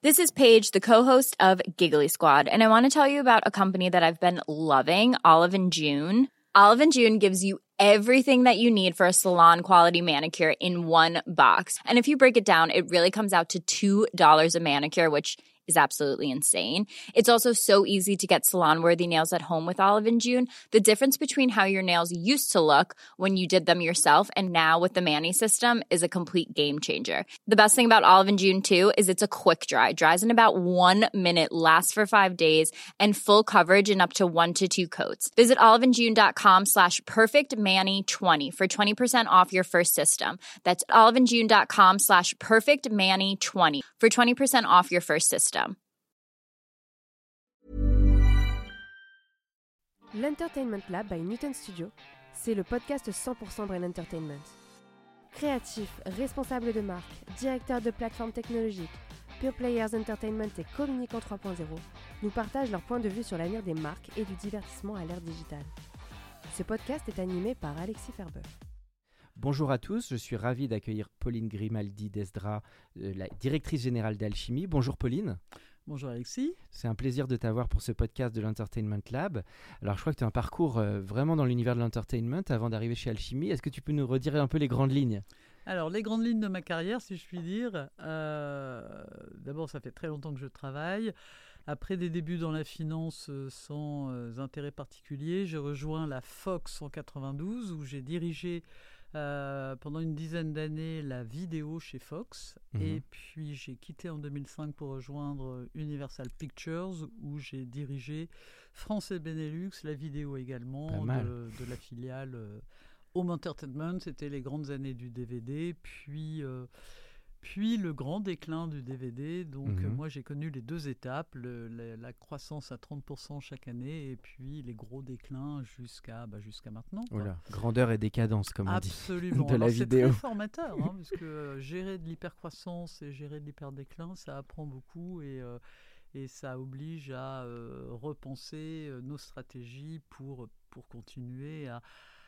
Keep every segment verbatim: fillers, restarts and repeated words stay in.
This is Paige, the co-host of Giggly Squad, and I want to tell you about a company that I've been loving, Olive and June. Olive and June gives you everything that you need for a salon-quality manicure in one box. And if you break it down, it really comes out to two dollars a manicure, which is absolutely insane. It's also so easy to get salon-worthy nails at home with Olive and June. The difference between how your nails used to look when you did them yourself and now with the Mani system is a complete game changer. The best thing about Olive and June, too, is it's a quick dry. Dries in about one minute, lasts for five days, and full coverage in up to one to two coats. Visit oliveandjune.com slash perfectmani20 for twenty percent off your first system. That's oliveandjune.com slash perfectmani20 for twenty percent off your first system. L'Entertainment Lab by Newton Studio, c'est le podcast cent pour cent Brain Entertainment. Créatifs, responsables de marque, directeurs de plateformes technologiques, Pure Players Entertainment et Communicant trois point zéro nous partagent leur point de vue sur l'avenir des marques et du divertissement à l'ère digitale. Ce podcast est animé par Alexis Ferbeuf. Bonjour à tous, je suis ravi d'accueillir Pauline Grimaldi-Desdra, euh, la directrice générale d'Alchimie. Bonjour Pauline. Bonjour Alexis. C'est un plaisir de t'avoir pour ce podcast de l'Entertainment Lab. Alors je crois que tu as un parcours euh, vraiment dans l'univers de l'entertainment avant d'arriver chez Alchimie. Est-ce que tu peux nous redire un peu les grandes lignes ? Alors les grandes lignes de ma carrière, si je puis dire. Euh, d'abord, ça fait très longtemps que je travaille. Après des débuts dans la finance euh, sans euh, intérêt particulier, j'ai rejoint la Fox en quatre-vingt-douze où j'ai dirigé Euh, pendant une dizaine d'années la vidéo chez Fox, mmh. et puis j'ai quitté en deux mille cinq pour rejoindre Universal Pictures où j'ai dirigé France et Benelux, la vidéo également de, de la filiale euh, Home Entertainment. C'était les grandes années du D V D, puis euh, puis le grand déclin du D V D. Donc mmh. euh, moi j'ai connu les deux étapes, le, la, la croissance à trente pour cent chaque année et puis les gros déclins jusqu'à, bah, jusqu'à maintenant. Voilà. Grandeur et décadence comme on Absolument. dit de la Alors, vidéo. C'est très formateur hein, parce que euh, gérer de l'hypercroissance et gérer de l'hyperdéclin, ça apprend beaucoup et, euh, et ça oblige à euh, repenser euh, nos stratégies pour, pour continuer à,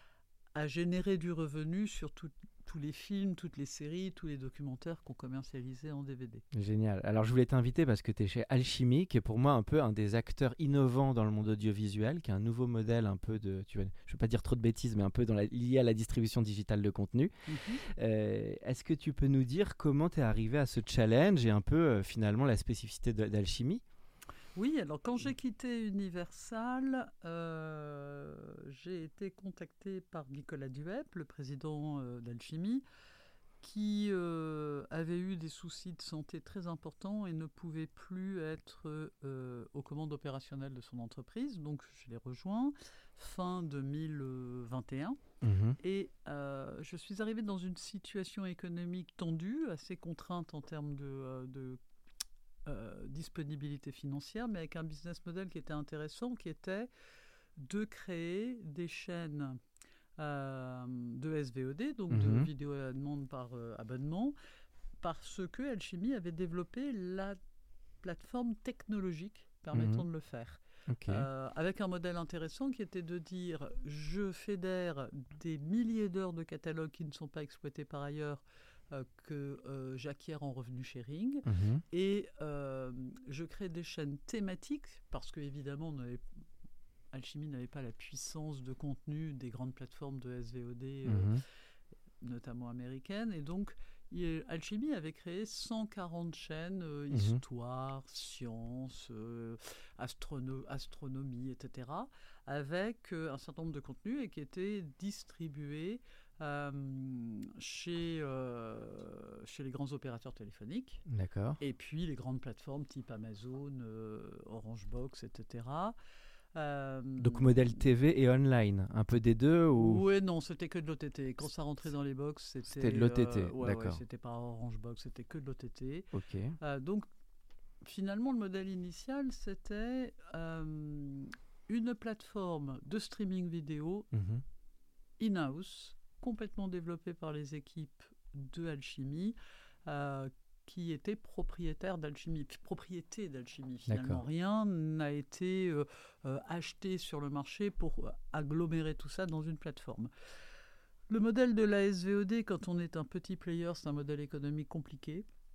à générer du revenu sur tout, tous les films, toutes les séries, tous les documentaires qu'on commercialisait en D V D. Génial. Alors je voulais t'inviter parce que tu es chez Alchimie, qui est pour moi un peu un des acteurs innovants dans le monde audiovisuel, qui est un nouveau modèle un peu de, tu vois, je ne vais pas dire trop de bêtises, mais un peu dans la, lié à la distribution digitale de contenu. Mm-hmm. Euh, est-ce que tu peux nous dire comment tu es arrivé à ce challenge et un peu euh, finalement la spécificité de, d'Alchimie ? Oui, alors quand j'ai quitté Universal, euh, j'ai été contacté par Nicolas Duhep, le président euh, d'Alchimie, qui euh, avait eu des soucis de santé très importants et ne pouvait plus être euh, aux commandes opérationnelles de son entreprise. Donc je l'ai rejoint fin deux mille vingt et un. Mmh. Et euh, je suis arrivée dans une situation économique tendue, assez contrainte en termes de... Euh, de Euh, disponibilité financière, mais avec un business model qui était intéressant, qui était de créer des chaînes euh, de S V O D, donc mmh. de vidéos à la demande par euh, abonnement, parce que Alchimie avait développé la plateforme technologique permettant mmh. de le faire. Okay. Euh, avec un modèle intéressant qui était de dire je fédère des milliers d'heures de catalogues qui ne sont pas exploités par ailleurs, Euh, que euh, j'acquiers en revenu sharing mmh. et euh, je crée des chaînes thématiques parce que évidemment on avait, Alchimie n'avait pas la puissance de contenu des grandes plateformes de S V O D mmh. euh, notamment américaines, et donc il, Alchimie avait créé cent quarante chaînes euh, mmh. histoire, sciences, euh, astrono- astronomie, et cetera avec euh, un certain nombre de contenus et qui étaient distribués Euh, chez, euh, chez les grands opérateurs téléphoniques. D'accord. Et puis les grandes plateformes type Amazon, euh, Orange Box, et cetera. Euh, Donc modèle T V et online, un peu des deux ou... Oui, non, c'était que de l'O T T. Quand ça rentrait dans les box, c'était... C'était de l'O T T, euh, ouais, d'accord. Ouais, c'était pas Orange Box, c'était que de l'O T T. Ok. Euh, donc finalement, le modèle initial, c'était euh, une plateforme de streaming vidéo mmh. in-house, complètement développé par les équipes de Alchimie, euh, qui étaient propriétaires d'Alchimie, propriété d'Alchimie. Finalement, D'accord. rien n'a été euh, euh, acheté sur le marché pour agglomérer tout ça dans une plateforme. Le modèle de la S V O D, quand on est un petit player, c'est un modèle économique compliqué.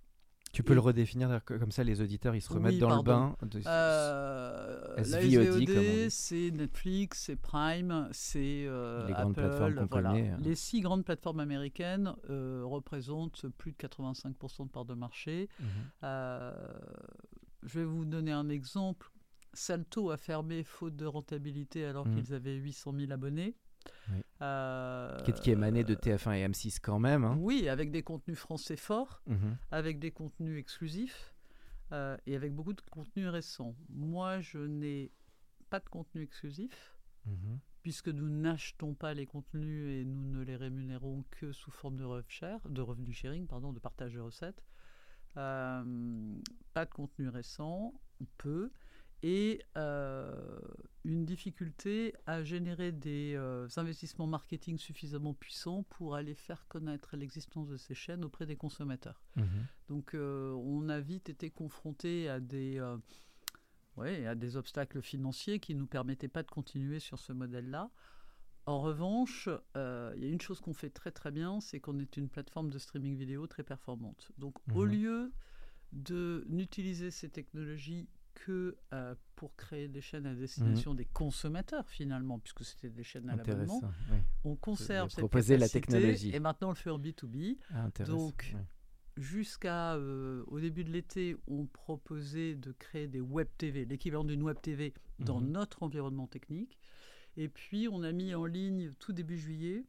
Tu peux Et- le redéfinir comme ça, les auditeurs ils se remettent Oui, dans pardon. le bain. De... Euh, S la V O D, S V O D, comme on dit. c'est Netflix, c'est Prime, c'est euh, Les grandes Apple. plateformes qu'on voilà. connaît. Les six grandes plateformes américaines euh, représentent plus de quatre-vingt-cinq pour cent de part de marché. Mhm. Euh, je vais vous donner un exemple. Salto a fermé faute de rentabilité alors Mhm. qu'ils avaient huit cent mille abonnés. Oui. Euh, Qui, est, qui est émané de T F un et M six quand même. Hein. Oui, avec des contenus français forts, Mhm. avec des contenus exclusifs euh, et avec beaucoup de contenus récents. Moi, je n'ai pas de contenu exclusif Mhm. puisque nous n'achetons pas les contenus et nous ne les rémunérons que sous forme de rev share, de revenu sharing, pardon, de partage de recettes. Euh, pas de contenu récent, ou peu, et euh, une difficulté à générer des euh, investissements marketing suffisamment puissants pour aller faire connaître l'existence de ces chaînes auprès des consommateurs. Mhm. Donc euh, on a vite été confronté à des, euh, ouais, à des obstacles financiers qui ne nous permettaient pas de continuer sur ce modèle-là. En revanche, euh, il y a une chose qu'on fait très très bien, c'est qu'on est une plateforme de streaming vidéo très performante. Donc Mhm. au lieu de n'utiliser ces technologies que euh, pour créer des chaînes à destination mmh. des consommateurs finalement, puisque c'était des chaînes à l'abonnement, oui. on conserve cette proposer capacité la technologie. Et maintenant on le fait en B deux B. Ah, donc oui. jusqu'à euh, au début de l'été, on proposait de créer des web T V, l'équivalent d'une web T V dans mmh. notre environnement technique. Et puis on a mis en ligne tout début juillet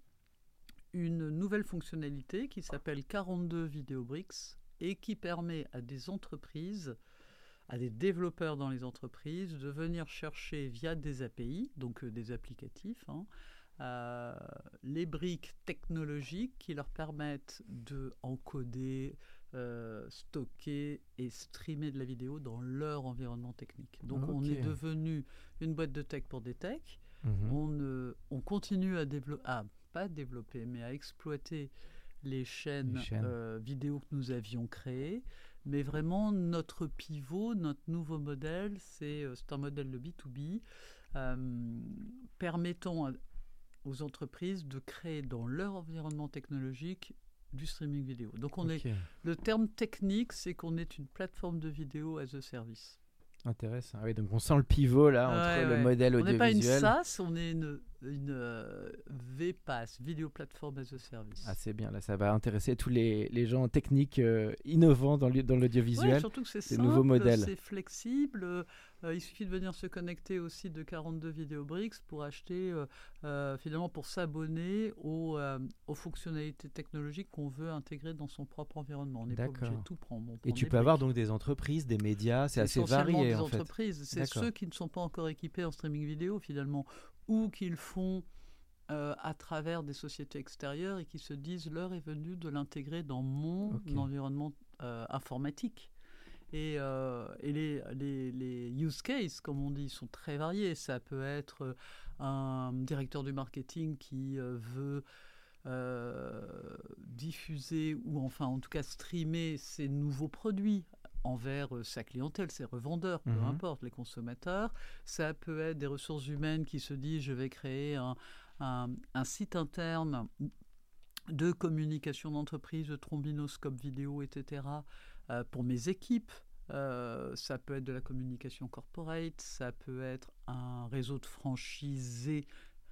une nouvelle fonctionnalité qui s'appelle quarante-deux Video Bricks et qui permet à des entreprises, à des développeurs dans les entreprises, de venir chercher via des A P I, donc euh, des applicatifs, hein, euh, les briques technologiques qui leur permettent de encoder, euh, stocker et streamer de la vidéo dans leur environnement technique. Donc okay. on est devenu une boîte de tech pour des techs. Mmh. On, euh, on continue à développer, à pas développer, mais à exploiter les chaînes, les chaînes. Euh, vidéo que nous avions créées. Mais vraiment, notre pivot, notre nouveau modèle, c'est, euh, c'est un modèle de B deux B euh, permettant à, aux entreprises de créer dans leur environnement technologique du streaming vidéo. Donc, on okay. est, le terme technique, c'est qu'on est une plateforme de vidéo as a service. Intéressant. Ah oui, donc on sent le pivot là entre ouais, le ouais. modèle audiovisuel. On n'est pas une SaaS, on est une, une euh, V PaaS, Video Platform as a Service. Ah c'est bien, là ça va intéresser tous les, les gens techniques euh, innovants dans, dans l'audiovisuel. Ouais, surtout que c'est simple, nouveaux modèles. C'est flexible. Euh, il suffit de venir se connecter au site de quarante-deux Video Bricks pour acheter, euh, euh, finalement pour s'abonner aux, euh, aux fonctionnalités technologiques qu'on veut intégrer dans son propre environnement. On n'est pas obligé de tout prendre. Et tu peux avoir donc des entreprises, des médias, c'est, c'est assez varié des en entreprises. fait. C'est ceux qui ne sont pas encore équipés en streaming vidéo finalement, ou qu'ils font euh, à travers des sociétés extérieures et qui se disent l'heure est venue de l'intégrer dans mon okay. environnement euh, informatique. Et, euh, et les, les, les use cases, comme on dit, sont très variés. Ça peut être un directeur du marketing qui euh, veut euh, diffuser ou enfin en tout cas streamer ses nouveaux produits envers euh, sa clientèle, ses revendeurs, peu mmh. importe, les consommateurs. Ça peut être des ressources humaines qui se disent je vais créer un, un, un site interne de communication d'entreprise, de trombinoscope vidéo, et cetera, euh, pour mes équipes. Euh, ça peut être de la communication corporate, ça peut être un réseau de franchisés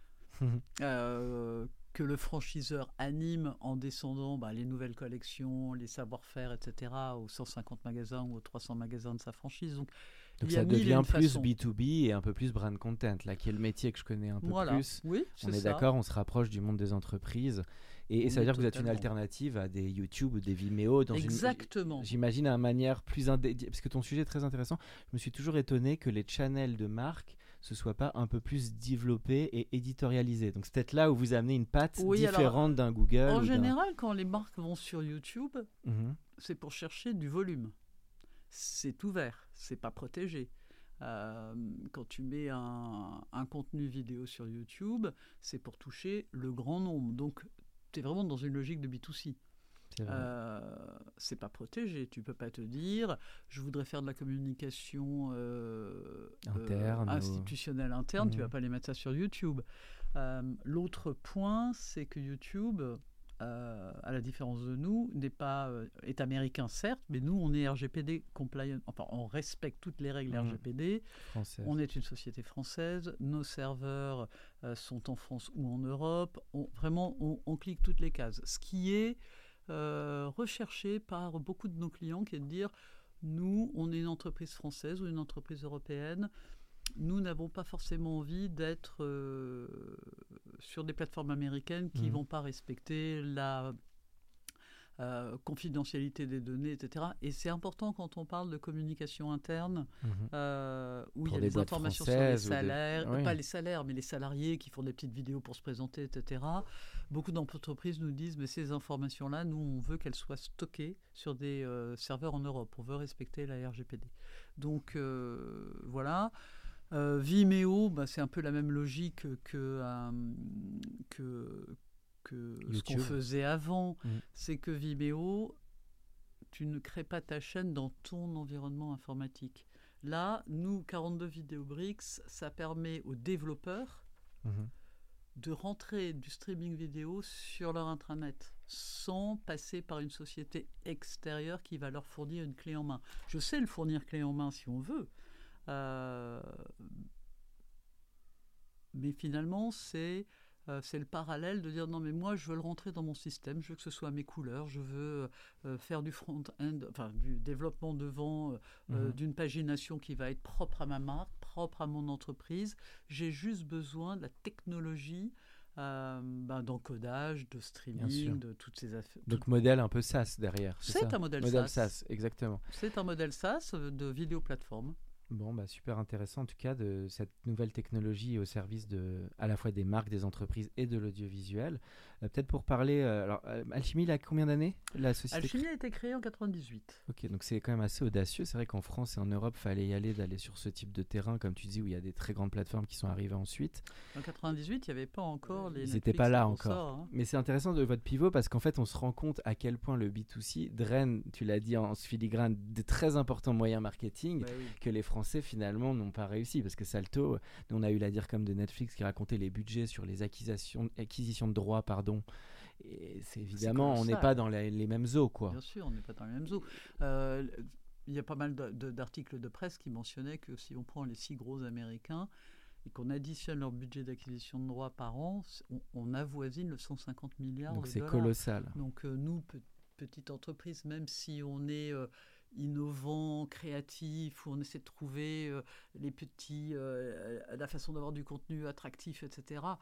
euh, que le franchiseur anime en descendant bah, les nouvelles collections, les savoir-faire, et cetera, aux cent cinquante magasins ou aux trois cents magasins de sa franchise. Donc, Donc ça devient plus façons. B deux B et un peu plus brand content, là, qui est le métier que je connais un peu voilà. plus. Oui, c'est on est ça. d'accord, on se rapproche du monde des entreprises. Et, et ça veut dire que vous êtes une alternative à des YouTube ou des Vimeo dans Exactement. Une, j'imagine à une manière plus indé... parce que ton sujet est très intéressant. Je me suis toujours étonné que les channels de marque se soient pas un peu plus développés et éditorialisés. Donc c'est peut-être là où vous amenez une patte oui, différente alors, d'un Google. En ou général, d'un... quand les marques vont sur YouTube, mm-hmm. c'est pour chercher du volume. C'est ouvert, c'est pas protégé. Euh, quand tu mets un, un contenu vidéo sur YouTube, c'est pour toucher le grand nombre. Donc tu es vraiment dans une logique de B deux C. C'est, euh, c'est pas protégé. Tu peux pas te dire je voudrais faire de la communication euh, interne, euh, institutionnelle interne, mmh. tu vas pas les mettre ça sur YouTube. Euh, l'autre point, c'est que YouTube euh, à la différence de nous, n'est pas, euh, est américain certes, mais nous, on est R G P D compliant. Enfin, on respecte toutes les règles mmh. R G P D. Française. On est une société française. Nos serveurs euh, sont en France ou en Europe. On, vraiment, on, on clique toutes les cases. Ce qui est euh, recherché par beaucoup de nos clients, qui est de dire, nous, on est une entreprise française ou une entreprise européenne. Nous n'avons pas forcément envie d'être euh, sur des plateformes américaines qui ne mmh. vont pas respecter la euh, confidentialité des données, et cetera. Et c'est important quand on parle de communication interne, mmh. euh, où pour il y a des informations sur les salaires, des... oui. pas les salaires, mais les salariés qui font des petites vidéos pour se présenter, et cetera. Beaucoup d'entreprises nous disent, mais ces informations-là, nous, on veut qu'elles soient stockées sur des euh, serveurs en Europe. On veut respecter la R G P D. Donc, euh, voilà. Euh, Vimeo, bah, c'est un peu la même logique que, euh, que, que ce qu'on faisait avant. Mmh. C'est que Vimeo, tu ne crées pas ta chaîne dans ton environnement informatique. Là, nous, quarante-deux Video Bricks, ça permet aux développeurs mmh. de rentrer du streaming vidéo sur leur intranet sans passer par une société extérieure qui va leur fournir une clé en main. Je sais le fournir clé en main si on veut. Euh, mais finalement, c'est, euh, c'est le parallèle de dire non, mais moi, je veux le rentrer dans mon système, je veux que ce soit mes couleurs, je veux euh, faire du front-end, enfin du développement devant, euh, mmh. d'une pagination qui va être propre à ma marque, propre à mon entreprise. J'ai juste besoin de la technologie. Euh, ben, d'encodage, de streaming, de toutes ces affaires. Donc tout... modèle un peu SaaS derrière. C'est, c'est ça un modèle, modèle SaaS. SaaS, exactement. C'est un modèle SaaS de vidéo plateforme. Bon, bah, super intéressant en tout cas de cette nouvelle technologie au service de, à la fois des marques, des entreprises et de l'audiovisuel. Euh, peut-être pour parler, euh, alors euh, Alchimie, il a combien d'années la société? Alchimie a été créée en quatre-vingt-dix-huit. Ok, donc c'est quand même assez audacieux. C'est vrai qu'en France et en Europe, il fallait y aller, d'aller sur ce type de terrain, comme tu dis, où il y a des très grandes plateformes qui sont arrivées ensuite. En quatre-vingt-dix-huit, il n'y avait pas encore les. Ils n'étaient pas là encore. Sort, hein. Mais c'est intéressant de votre pivot parce qu'en fait, on se rend compte à quel point le B deux C draine, tu l'as dit en filigrane, de très importants moyens marketing bah oui. que les Français finalement n'ont pas réussi. Parce que Salto, nous on a eu la DIRCOM de Netflix qui racontait les budgets sur les acquisitions, acquisitions de droits, pardon. Et c'est évidemment, c'est on n'est pas dans les, les mêmes eaux, quoi. Bien sûr, on n'est pas dans les mêmes eaux. Euh, il y a pas mal de, de, d'articles de presse qui mentionnaient que si on prend les six gros Américains et qu'on additionne leur budget d'acquisition de droits par an, on, on avoisine le cent cinquante milliards Donc de c'est dollars. Colossal. Donc euh, nous, pe- petite entreprise, même si on est euh, innovant, créatif, où on essaie de trouver euh, les petits, euh, la façon d'avoir du contenu attractif, et cetera.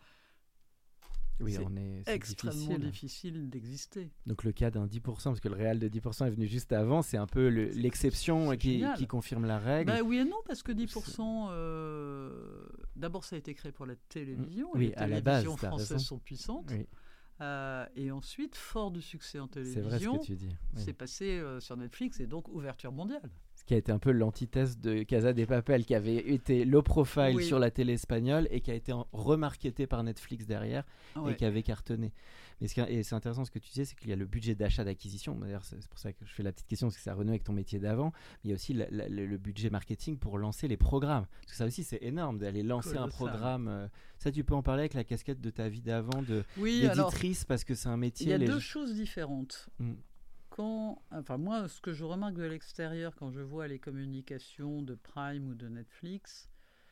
Oui, c'est on est c'est extrêmement difficile. difficile d'exister. Donc le cas d'un dix pour cent, parce que le réel de dix pour cent est venu juste avant, c'est un peu le, l'exception c'est qui, qui confirme la règle. Bah, oui et non, parce que dix pour cent, euh, d'abord ça a été créé pour la télévision. Oui, les à la base, télévisions françaises sont puissantes. Oui. Euh, et ensuite, fort du succès en télévision, c'est vrai ce que tu dis. Oui. c'est passé euh, sur Netflix et donc ouverture mondiale. Ce qui a été un peu l'antithèse de Casa de Papel, qui avait été low profile oui. sur la télé espagnole et qui a été remarketé par Netflix derrière ouais. et qui avait cartonné. Mais ce qui, et c'est intéressant ce que tu disais, c'est qu'il y a le budget d'achat d'acquisition. D'ailleurs, c'est pour ça que je fais la petite question, parce que ça renoue avec ton métier d'avant. Mais il y a aussi la, la, le budget marketing pour lancer les programmes. Parce que ça aussi, c'est énorme d'aller lancer Colossal. un programme. Euh, ça, tu peux en parler avec la casquette de ta vie d'avant, de, oui, d'éditrice, alors, parce que c'est un métier. Il y a les... deux choses différentes. Mm. Quand, enfin moi, ce que je remarque de l'extérieur quand je vois les communications de Prime ou de Netflix,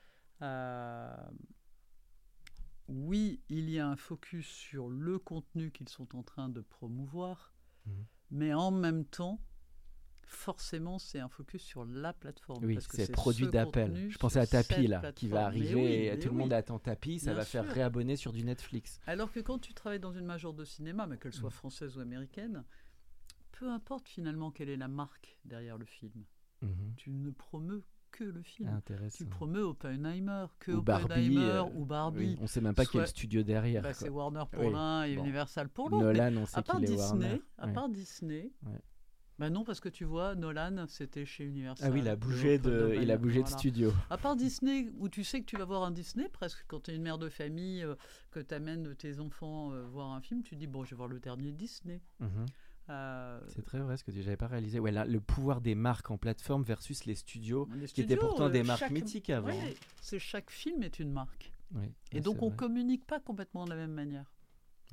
euh, oui, il y a un focus sur le contenu qu'ils sont en train de promouvoir, mmh. mais en même temps, forcément, c'est un focus sur la plateforme. Oui, parce que c'est, c'est produit d'appel. Je pensais à Tapi, là, qui va arriver, oui, et tout oui. le monde attend Tapi, ça Bien va sûr. faire réabonner sur du Netflix. Alors que quand tu travailles dans une major de cinéma, mais qu'elle soit mmh. française ou américaine, peu importe finalement quelle est la marque derrière le film. Mmh. Tu ne promeus que le film. Tu promeus Oppenheimer, que ou Oppenheimer Barbie, euh, ou Barbie. Oui, on ne sait même pas Soit, quel studio derrière. Bah, c'est Warner pour oui. l'un et bon. Universal pour l'autre. Nolan, on sait à part qu'il est Disney, Warner. À part oui. Disney, ouais. bah non, parce que tu vois, Nolan, c'était chez Universal. Ah oui, il a bougé de, de, il a bougé voilà. de studio. À part Disney, où tu sais que tu vas voir un Disney, presque quand tu es une mère de famille, euh, que tu amènes tes enfants euh, voir un film, tu dis, bon, je vais voir le dernier Disney. Mm-hmm. Euh... C'est très vrai ce que tu n'avais pas réalisé. Ouais, là, le pouvoir des marques en plateforme versus les studios, les qui studios, étaient pourtant des marques chaque... mythiques avant. Oui, c'est chaque film est une marque. Oui, et ouais, donc on ne communique pas complètement de la même manière.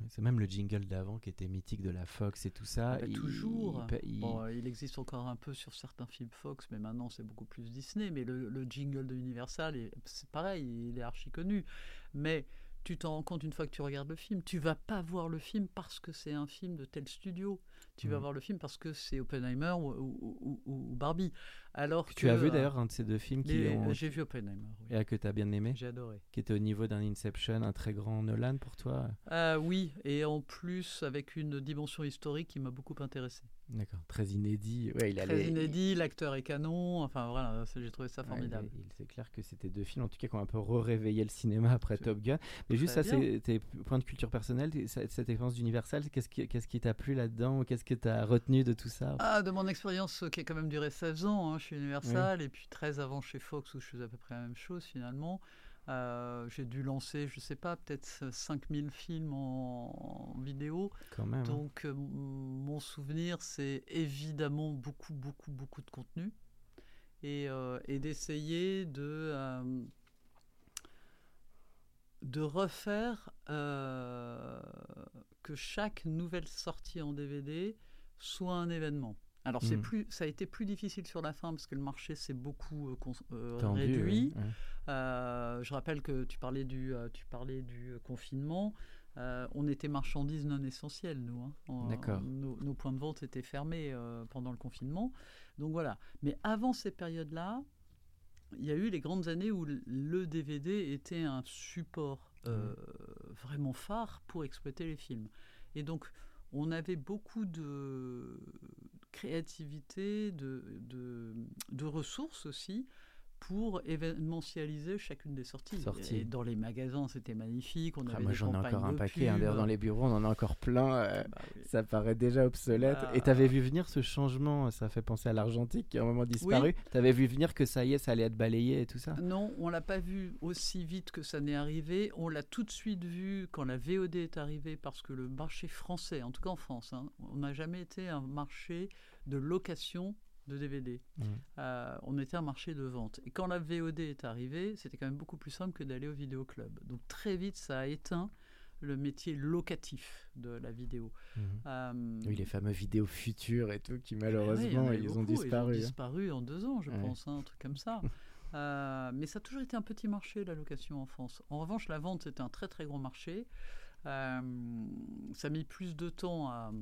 C'est même le jingle d'avant qui était mythique de la Fox et tout ça. Ah bah, il, toujours. Il, il... Bon, il existe encore un peu sur certains films Fox, mais maintenant c'est beaucoup plus Disney. Mais le, le jingle de Universal, est, c'est pareil, il est archi connu. Mais tu t'en rends compte une fois que tu regardes le film. Tu vas pas voir le film parce que c'est un film de tel studio. Tu mmh. vas voir le film parce que c'est Oppenheimer ou, ou, ou, ou Barbie. Alors que, tu as vu d'ailleurs un de ces deux films qui les, ont... J'ai vu Oppenheimer, oui. Et que tu as bien aimé. J'ai adoré. Qui était au niveau d'un Inception, un très grand Nolan pour toi. euh, Oui, et en plus avec une dimension historique qui m'a beaucoup intéressé. D'accord, très inédit. Ouais, il très allait... inédit, l'acteur est canon. Enfin voilà, j'ai trouvé ça formidable. Ouais, il, c'est clair que c'était deux films, en tout cas, qui ont un peu réveillé le cinéma après c'est Top Gun. Mais juste bien. ça, c'est tes points de culture personnelle, cette expérience d'Universal, qu'est-ce qui, qu'est-ce qui t'a plu là-dedans? Qu'est-ce que tu as retenu de tout ça? Ah, de mon expérience qui a quand même duré seize ans hein, chez Universal, oui. Et puis treize avant chez Fox où je faisais à peu près la même chose finalement. Euh, j'ai dû lancer, je sais pas, peut-être cinq mille films en, en vidéo. Quand même. Donc, euh, mon souvenir, c'est évidemment beaucoup, beaucoup, beaucoup de contenu. Et, euh, et d'essayer de, euh, de refaire euh, que chaque nouvelle sortie en D V D soit un événement. Alors, c'est mmh. plus, ça a été plus difficile sur la fin parce que le marché s'est beaucoup euh, cons- euh, Tendu, réduit. Oui, oui. Euh, je rappelle que tu parlais du, euh, tu parlais du confinement. Euh, on était marchandises non essentielles, nous. Hein. On, D'accord. Nos, nos points de vente étaient fermés euh, pendant le confinement. Donc voilà. Mais avant ces périodes-là, il y a eu les grandes années où le D V D était un support euh, mmh. vraiment phare pour exploiter les films. Et donc, on avait beaucoup de créativité, de, de, de ressources aussi pour événementialiser chacune des sorties. Sortie. Et dans les magasins, c'était magnifique. On ah, avait moi, des j'en ai encore un paquet. Hein, d'ailleurs, dans les bureaux, on en a encore plein. Euh, bah, oui. Ça paraît déjà obsolète. Bah, et tu avais vu venir ce changement, ça fait penser à l'argentique qui a un moment disparu. Oui. Tu avais vu venir que ça y est, ça allait être balayé et tout ça? Non, on ne l'a pas vu aussi vite que ça n'est arrivé. On l'a tout de suite vu quand la V O D est arrivée parce que le marché français, en tout cas en France, hein, on n'a jamais été un marché de location de D V D. Mmh. Euh, on était un marché de vente. Et quand la V O D est arrivée, c'était quand même beaucoup plus simple que d'aller au vidéoclub. Donc très vite, ça a éteint le métier locatif de la vidéo. Mmh. Euh, oui, les fameux vidéos futures et tout, qui malheureusement, oui, ils, beaucoup, ont disparu, ils ont disparu. Hein. en deux ans, je ouais. pense, hein, un truc comme ça. euh, mais ça a toujours été un petit marché, la location en France. En revanche, la vente, c'était un très très gros marché. Euh, ça a mis plus de temps à...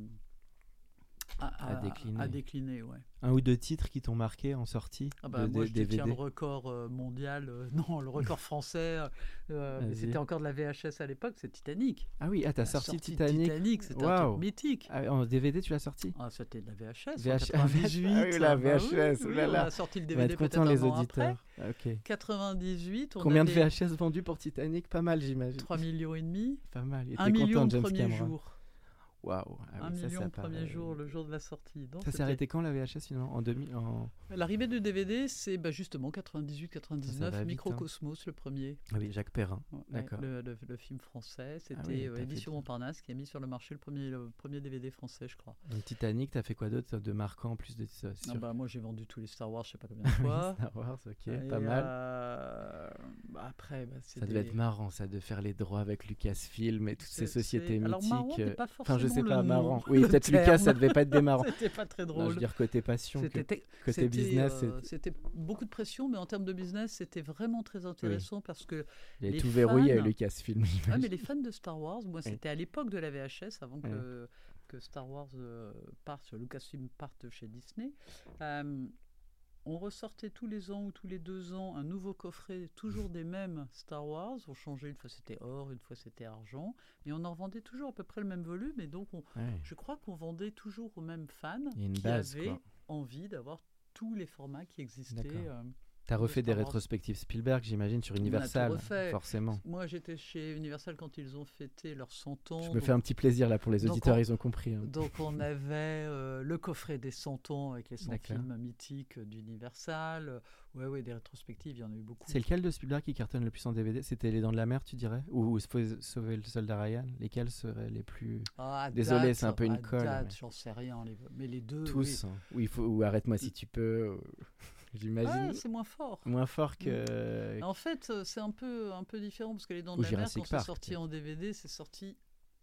À, à, à décliner. À décliner ouais. Un ou deux titres qui t'ont marqué en sortie ah bah, de, Moi, de, je D V D. détiens le record euh, mondial, euh, non, le record français, euh, mais c'était encore de la V H S à l'époque, c'est Titanic. Ah oui, ah, t'as sorti Titanic. Titanic, c'était wow. un truc mythique. Ah, en D V D, tu l'as sorti? Ah, c'était de la V H S, V H S. en quatre-vingt-dix-huit. Ah oui, la V H S, bah, oui, là, oui, là. on a sorti le D V D peut-être peut-être les un an auditeurs. après. Okay. quatre-vingt-dix-huit. On Combien avait de V H S vendus pour Titanic? Pas mal, j'imagine. trois millions et demi. Pas mal. Il était un million content, le premier Cameron. jour. Waouh. Ah un oui, million ça, le ça premier paraît... jour, le jour de la sortie. Donc, ça s'est arrêté quand la V H S finalement? En deux mille en... L'arrivée du D V D, c'est bah, justement quatre-vingt-dix-huit quatre-vingt-dix-neuf, vite, Microcosmos, hein. Le premier. Ah oui, Jacques Perrin. Ouais, d'accord. Le, le, le film français, c'était ah oui, euh, Édition Montparnasse qui a mis sur le marché le premier, le premier D V D français, je crois. Donc Titanic, t'as fait quoi d'autre de marquant en plus de ça? Ah bah, moi, j'ai vendu tous les Star Wars, je sais pas combien de fois. Star Wars, ok, Et pas mal. Euh, bah, après, bah, ça devait être marrant, ça, de faire les droits avec Lucasfilm et toutes ces sociétés mythiques. Alors, marrant, pas enfin, je sais pas, le marrant. Nom, oui, peut-être Lucas, ça devait pas être démarrant. C'était pas très drôle. Non, je veux dire côté passion, c'était, que, côté business. Euh, c'était beaucoup de pression, mais en termes de business, c'était vraiment très intéressant oui. parce que il y les tout fans... verrouillé à Lucasfilm. Ouais, mais les fans de Star Wars, moi, c'était oui. à l'époque de la V H S, avant oui. que, que Star Wars euh, parte, Lucasfilm parte chez Disney. Euh, on ressortait tous les ans ou tous les deux ans un nouveau coffret, toujours des mêmes Star Wars. On changeait, une fois c'était or, une fois c'était argent. Et on en revendait toujours à peu près le même volume. Et donc, on, ouais. je crois qu'on vendait toujours aux mêmes fans qui base, avaient quoi. envie d'avoir tous les formats qui existaient. Euh, T'as refait des rétrospectives Spielberg, j'imagine, sur Universal, forcément. Moi, j'étais chez Universal quand ils ont fêté leurs cent ans. Je me donc... fais un petit plaisir là pour les auditeurs, on... ils ont compris. Hein. Donc, on avait euh, le coffret des cent ans avec les cent films mythiques d'Universal. Ouais, ouais, des rétrospectives, il y en a eu beaucoup. C'est lequel de Spielberg qui cartonne le plus en D V D? C'était Les Dents de la Mer, tu dirais? Ou Sauver le soldat Ryan? Lesquels seraient les plus... Ah, Désolé, date, c'est un peu une colle. Date, mais... j'en sais rien. Les... Mais les deux, tous. Oui. Hein. Ou, il faut... ou Arrête-moi si tu peux... J'imagine. Ah, c'est moins fort. Moins fort que. En fait, c'est un peu, un peu différent parce que Les Dents de la Mer, quand c'est sorti en D V D, c'est sorti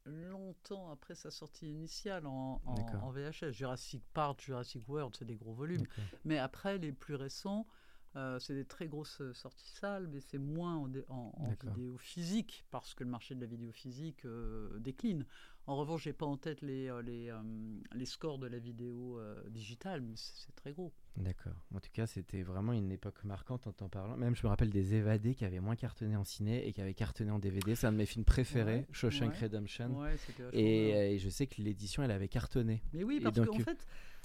longtemps après sa sortie initiale en, en, en V H S. Jurassic Park, Jurassic World, c'est des gros volumes. D'accord. Mais après, les plus récents, euh, c'est des très grosses sorties salles, mais c'est moins en, en, en vidéo physique, parce que le marché de la vidéo physique euh, décline. En revanche, je n'ai pas en tête les, les, euh, les scores de la vidéo euh, digitale, mais c'est, c'est très gros. D'accord. En tout cas, c'était vraiment une époque marquante en t'en parlant. Même, je me rappelle des Évadés qui avaient moins cartonné en ciné et qui avaient cartonné en D V D. C'est un de mes films préférés, ouais, Shawshank ouais. Redemption. Ouais, et, euh, et je sais que l'édition, elle avait cartonné. Mais oui, parce qu'en fait,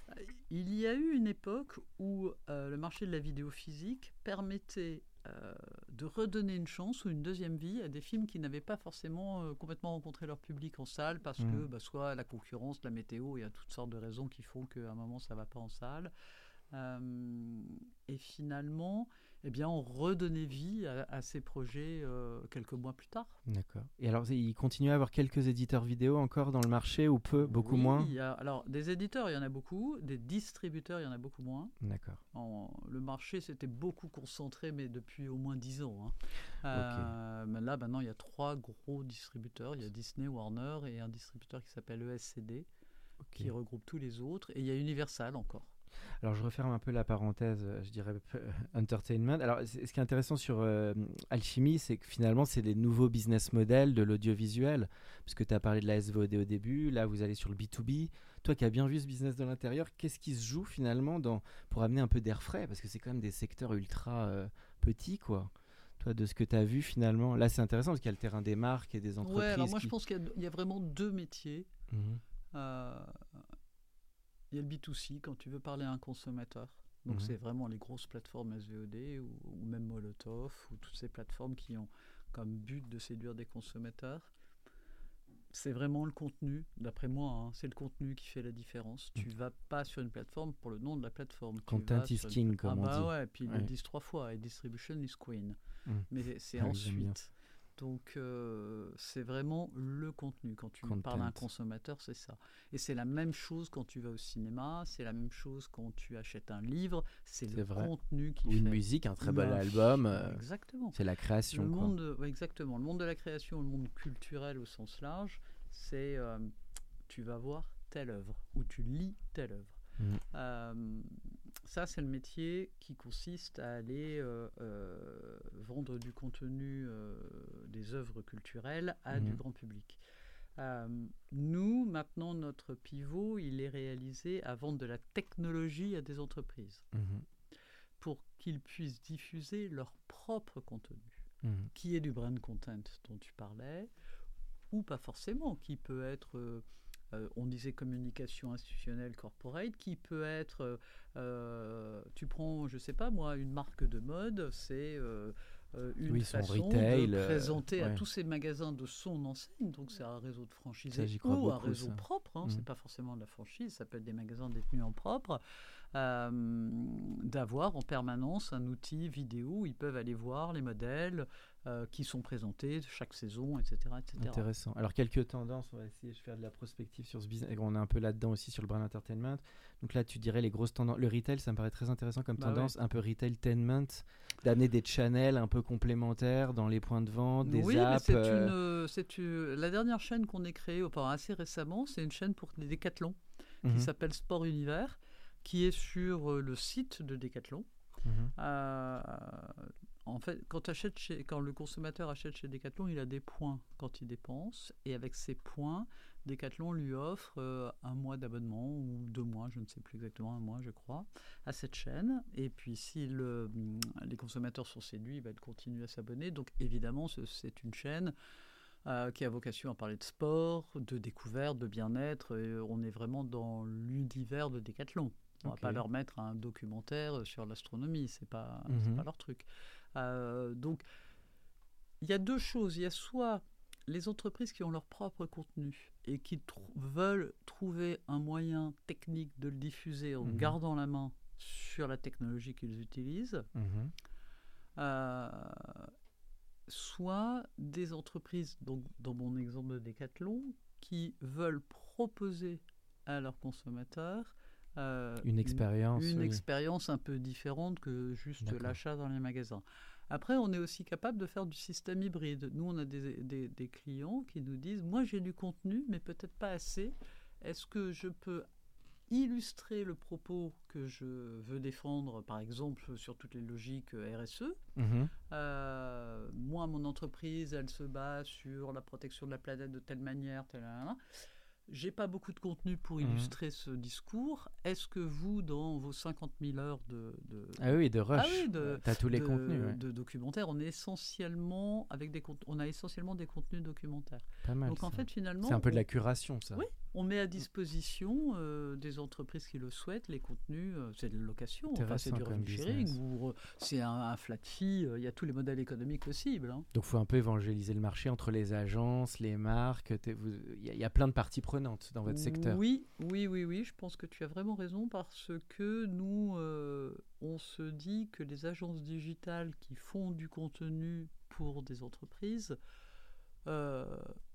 il y a eu une époque où euh, le marché de la vidéo physique permettait euh, de redonner une chance ou une deuxième vie à des films qui n'avaient pas forcément euh, complètement rencontré leur public en salle, parce mmh. que bah, soit la concurrence, la météo, il y a toutes sortes de raisons qui font qu'à un moment, ça ne va pas en salle. Euh, et finalement, eh bien, on redonnait vie à, à ces projets euh, quelques mois plus tard. D'accord. Et alors, il continue à avoir quelques éditeurs vidéo encore dans le marché ou peu, beaucoup oui, moins il y a, alors, des éditeurs, il y en a beaucoup. Des distributeurs, il y en a beaucoup moins. D'accord. En, le marché s'était beaucoup concentré, mais depuis au moins dix ans. Hein. Euh, okay. Mais là, maintenant, il y a trois gros distributeurs. Il y a Disney, Warner et un distributeur qui s'appelle E S C D, okay. qui regroupe tous les autres. Et il y a Universal encore. Alors, je referme un peu la parenthèse, je dirais, entertainment. Alors, ce qui est intéressant sur euh, Alchimie, c'est que finalement, c'est des nouveaux business models de l'audiovisuel. Parce que tu as parlé de la S V O D au début, là, vous allez sur le B deux B. Toi qui as bien vu ce business de l'intérieur, qu'est-ce qui se joue finalement dans, pour amener un peu d'air frais? Parce que c'est quand même des secteurs ultra euh, petits, quoi. Toi, de ce que tu as vu finalement, là, c'est intéressant parce qu'il y a le terrain des marques et des entreprises. Ouais, alors moi, qui... je pense qu'il y a, il y a vraiment deux métiers. Mmh. Euh, Il y a le B deux C, quand tu veux parler à un consommateur. Donc, mmh. c'est vraiment les grosses plateformes S V O D ou, ou même Molotov ou toutes ces plateformes qui ont comme but de séduire des consommateurs. C'est vraiment le contenu, d'après moi, hein, c'est le contenu qui fait la différence. Mmh. Tu ne vas pas sur une plateforme pour le nom de la plateforme. Content is king, une... comme ah on bah dit. Ouais, puis ouais. ils le disent trois fois, et distribution is queen. Mmh. Mais c'est ah, ensuite... Donc, euh, c'est vraiment le contenu. Quand tu Content. parles à un consommateur, c'est ça. Et c'est la même chose quand tu vas au cinéma, c'est la même chose quand tu achètes un livre, c'est, c'est le vrai. contenu qui Ou fait... une musique, un très bel album. Euh, exactement. C'est la création. Le quoi. monde, ouais, exactement. Le monde de la création, le monde culturel au sens large, c'est euh, tu vas voir telle œuvre ou tu lis telle œuvre. Mmh. Euh, ça, c'est le métier qui consiste à aller euh, euh, vendre du contenu euh, des œuvres culturelles à mmh. du grand public. Euh, nous, maintenant, notre pivot, il est réalisé à vendre de la technologie à des entreprises mmh. pour qu'ils puissent diffuser leur propre contenu, mmh. qui est du brand content dont tu parlais, ou pas forcément, qui peut être... Euh, Euh, on disait communication institutionnelle corporate, qui peut être, euh, tu prends, je sais pas moi, une marque de mode, c'est euh, une oui, façon retail, de présenter euh, ouais. à tous ces magasins de son enseigne, donc c'est un réseau de franchisés ou beaucoup, un réseau ça. propre, hein, mmh. c'est pas forcément de la franchise, ça peut être des magasins détenus en propre, euh, d'avoir en permanence un outil vidéo où ils peuvent aller voir les modèles, Euh, qui sont présentés chaque saison, et cetera, et cetera. Intéressant. Alors, quelques tendances, on va essayer de faire de la prospective sur ce business. On est un peu là-dedans aussi sur le brand entertainment. Donc là, tu dirais les grosses tendances. Le retail, ça me paraît très intéressant comme bah tendance, ouais. un peu retailtainment, d'amener des channels un peu complémentaires dans les points de vente, des oui, apps. Oui, c'est, euh... une, c'est une, la dernière chaîne qu'on ait créée enfin, assez récemment, c'est une chaîne pour les Décathlon mm-hmm. qui s'appelle Sport Univers, qui est sur le site de Décathlon. Mm-hmm. Euh, En fait, quand, chez, quand le consommateur achète chez Decathlon, il a des points quand il dépense. Et avec ces points, Decathlon lui offre euh, un mois d'abonnement ou deux mois, je ne sais plus exactement, un mois, je crois, à cette chaîne. Et puis, si le, les consommateurs sont séduits, bah, ils continuent à s'abonner. Donc, évidemment, ce, c'est une chaîne euh, qui a vocation à parler de sport, de découverte, de bien-être. Et on est vraiment dans l'univers de Decathlon. On ne okay. va pas leur mettre un documentaire sur l'astronomie, ce n'est pas, mm-hmm. c'est pas leur truc. Euh, donc, il y a deux choses. Il y a soit les entreprises qui ont leur propre contenu et qui tr- veulent trouver un moyen technique de le diffuser en mmh. gardant la main sur la technologie qu'ils utilisent, mmh. euh, soit des entreprises, donc dans mon exemple de Decathlon, qui veulent proposer à leurs consommateurs Euh, une expérience. Une, une oui. expérience un peu différente que juste D'accord. l'achat dans les magasins. Après, on est aussi capable de faire du système hybride. Nous, on a des, des, des clients qui nous disent « Moi, j'ai du contenu, mais peut-être pas assez. Est-ce que je peux illustrer le propos que je veux défendre, par exemple, sur toutes les logiques R S E. Mmh. Euh, moi, mon entreprise, elle se base sur la protection de la planète de telle manière, telle manière. J'ai pas beaucoup de contenu pour illustrer mmh. ce discours. Est-ce que vous, dans vos cinquante mille heures de... de ah oui, de rush, ah oui, de, t'as tous les de, contenus. Ouais. De documentaires, on, est essentiellement avec des, on a essentiellement des contenus documentaires. Pas mal, donc ça. en fait, finalement... C'est un peu on, de la curation, ça. Oui, on met à disposition euh, des entreprises qui le souhaitent, les contenus, euh, c'est de la location, enfin, c'est du revenu sharing, ou euh, c'est un, un flat fee, il euh, y a tous les modèles économiques possibles. Hein. Donc il faut un peu évangéliser le marché entre les agences, les marques, il y, y a plein de parties prenantes dans votre secteur. Oui, oui, oui, oui, je pense que tu as vraiment raison parce que nous, euh, on se dit que les agences digitales qui font du contenu pour des entreprises euh,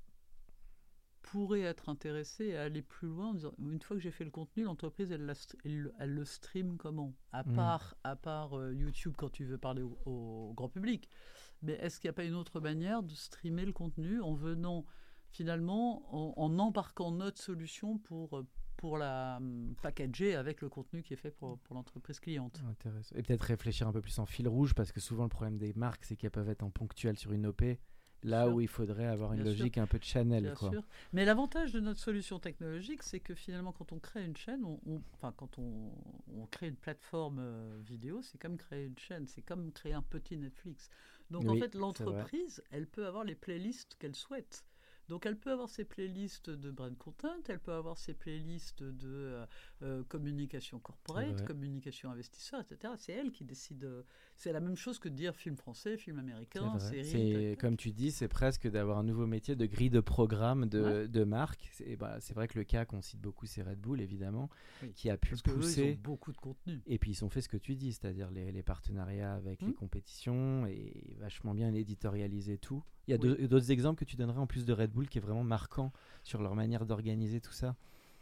pourraient être intéressées à aller plus loin en disant, une fois que j'ai fait le contenu, l'entreprise, elle, la, elle, elle le stream comment ? À part, mmh. à part euh, YouTube quand tu veux parler au, au grand public. Mais est-ce qu'il n'y a pas une autre manière de streamer le contenu en venant finalement, en, en embarquant notre solution pour, pour la um, packager avec le contenu qui est fait pour, pour l'entreprise cliente. Intéressant. Et peut-être réfléchir un peu plus en fil rouge, parce que souvent le problème des marques, c'est qu'elles peuvent être en ponctuel sur une O P, là sûr. Où il faudrait avoir une Bien logique sûr. Un peu de channel. Bien quoi. Sûr. Mais l'avantage de notre solution technologique, c'est que finalement, quand on crée une chaîne, on, on, enfin, quand on, on crée une plateforme euh, vidéo, c'est comme créer une chaîne, c'est comme créer un petit Netflix. Donc oui, en fait, l'entreprise, elle peut avoir les playlists qu'elle souhaite. Donc, elle peut avoir ses playlists de brand content, elle peut avoir ses playlists de euh, euh, communication corporate, communication investisseur, et cetera. C'est elle qui décide. Euh, c'est la même chose que de dire film français, film américain, série. C'est, tac, tac. Comme tu dis, c'est presque d'avoir un nouveau métier de grille de programme de, ouais. de marque. C'est, bah, c'est vrai que le cas qu'on cite beaucoup, c'est Red Bull, évidemment, oui. qui a pu Parce pousser. Eux, ils ont beaucoup de contenu. Et puis, ils ont fait ce que tu dis, c'est-à-dire les, les partenariats avec mmh. les compétitions et vachement bien éditorialiser tout. Il y a oui. d'autres exemples que tu donnerais en plus de Red Bull qui est vraiment marquant sur leur manière d'organiser tout ça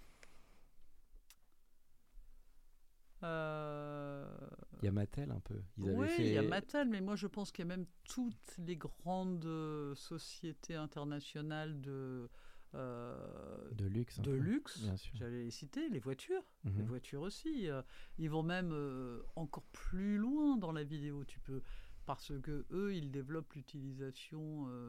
euh... Il y a Mattel un peu. Ils oui, fait... il y a Mattel, mais moi je pense qu'il y a même toutes les grandes sociétés internationales de, euh, de luxe. De luxe, bien sûr. J'allais les citer, les voitures. Mm-hmm. Les voitures aussi. Euh, ils vont même euh, encore plus loin dans la vidéo. Tu peux... Parce que eux, ils développent l'utilisation euh,